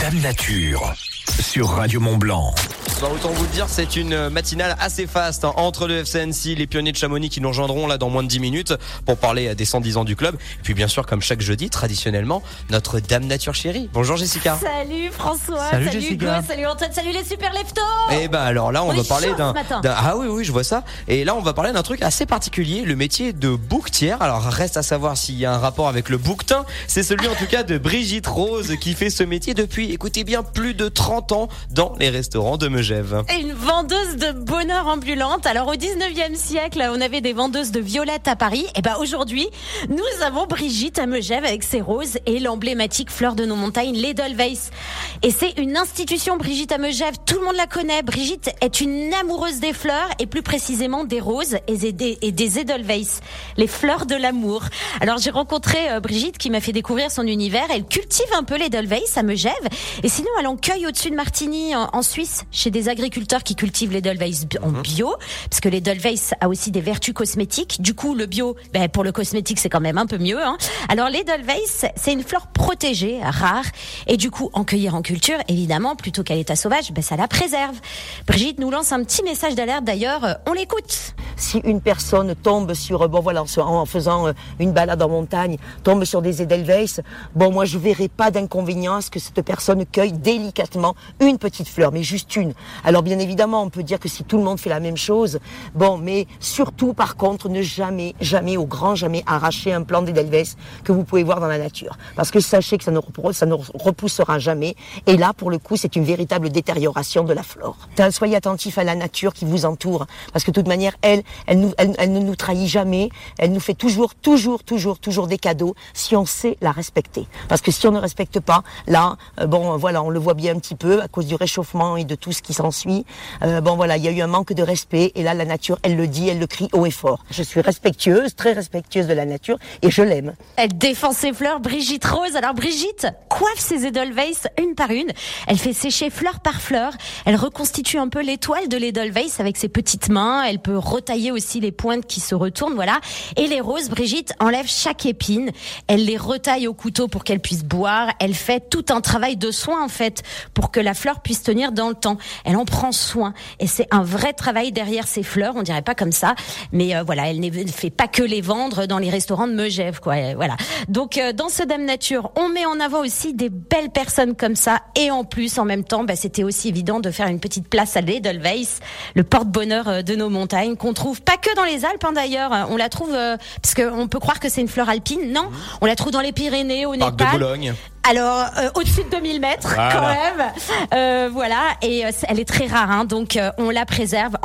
Dame Nature sur Radio Mont-Blanc. Bah, autant vous le dire, c'est une matinale assez faste entre le FC Annecy, les Pionniers de Chamonix qui nous rejoindront là dans moins de 10 minutes pour parler des 110 ans du club. Et puis bien sûr, comme chaque jeudi, traditionnellement, notre Dame Nature chérie. Bonjour Jessica. Salut François, salut Jessica. Hugo, salut Antoine, salut les super leftos. Et bah alors là, on va parler d'un... Ah oui, je vois ça. Et là, on va parler d'un truc assez particulier, le métier de bouquetière. Alors reste à savoir s'il y a un rapport avec le bouquetin. C'est celui en tout cas de Brigitte Rose qui fait ce métier depuis, écoutez bien, plus de 30 ans dans les restaurants de Megève. Une vendeuse de bonheur ambulante. Alors au 19e siècle, on avait des vendeuses de violettes à Paris. Et ben aujourd'hui, nous avons Brigitte à Megève avec ses roses et l'emblématique fleur de nos montagnes, l'Edelweiss. Et c'est une institution, Brigitte à Megève. Tout le monde la connaît. Brigitte est une amoureuse des fleurs et plus précisément des roses et des Edelweiss, les fleurs de l'amour. Alors j'ai rencontré Brigitte qui m'a fait découvrir son univers. Elle cultive un peu l'Edelweiss à Megève et sinon elle en cueille au-dessus de Martigny en Suisse chez des agriculteurs qui cultivent l'Edelweiss en bio, parce que l'Edelweiss a aussi des vertus cosmétiques. Du coup, le bio, pour le cosmétique, c'est quand même un peu mieux. Alors l'Edelweiss, c'est une fleur protégée, rare, et du coup, en cueillir en culture, évidemment, plutôt qu'à l'état sauvage, ça la préserve. Brigitte nous lance un petit message d'alerte d'ailleurs, on l'écoute. Si une personne tombe sur, en faisant une balade en montagne, tombe sur des Edelweiss, moi je verrai pas d'inconvénient à ce que cette personne cueille délicatement une petite fleur, mais juste une. Alors bien évidemment, on peut dire que si tout le monde fait la même chose, mais surtout par contre, ne jamais, au grand jamais arracher un plant d'Edelweiss que vous pouvez voir dans la nature. Parce que sachez que ça ne repoussera jamais. Et là, pour le coup, c'est une véritable détérioration de la flore. Soyez attentifs à la nature qui vous entoure. Parce que de toute manière, elle ne nous trahit jamais. Elle nous fait toujours des cadeaux si on sait la respecter. Parce que si on ne respecte pas, là, on le voit bien un petit peu à cause du réchauffement et de tout ce qui s'ensuit. Il y a eu un manque de respect et là, la nature, elle le dit, elle le crie haut et fort. Je suis respectueuse, très respectueuse de la nature et je l'aime. Elle défend ses fleurs, Brigitte Rose. Alors Brigitte coiffe ses Edelweiss une par une. Elle fait sécher fleur par fleur. Elle reconstitue un peu l'étoile de l'Edelweiss avec ses petites mains. Elle peut retailler aussi les pointes qui se retournent, voilà. Et les roses, Brigitte enlève chaque épine. Elle les retaille au couteau pour qu'elles puissent boire. Elle fait tout un travail de soin, en fait, pour que la fleur puisse tenir dans le temps. Elle en prend soin. Et c'est un vrai travail derrière ces fleurs. On dirait pas comme ça. Mais elle ne fait pas que les vendre dans les restaurants de Megève, quoi. Voilà. Donc, dans ce Dame Nature, on met en avant aussi des belles personnes comme ça. Et en plus, en même temps, c'était aussi évident de faire une petite place à l'Edelweiss, le porte-bonheur de nos montagnes, qu'on trouve pas que dans les Alpes, d'ailleurs. On la trouve, parce qu'on peut croire que c'est une fleur alpine. Non, on la trouve dans les Pyrénées, au Népal. Parc de Boulogne. Alors, au-dessus de 2000 mètres, quand même. Et elle est très rare, donc on la préserve.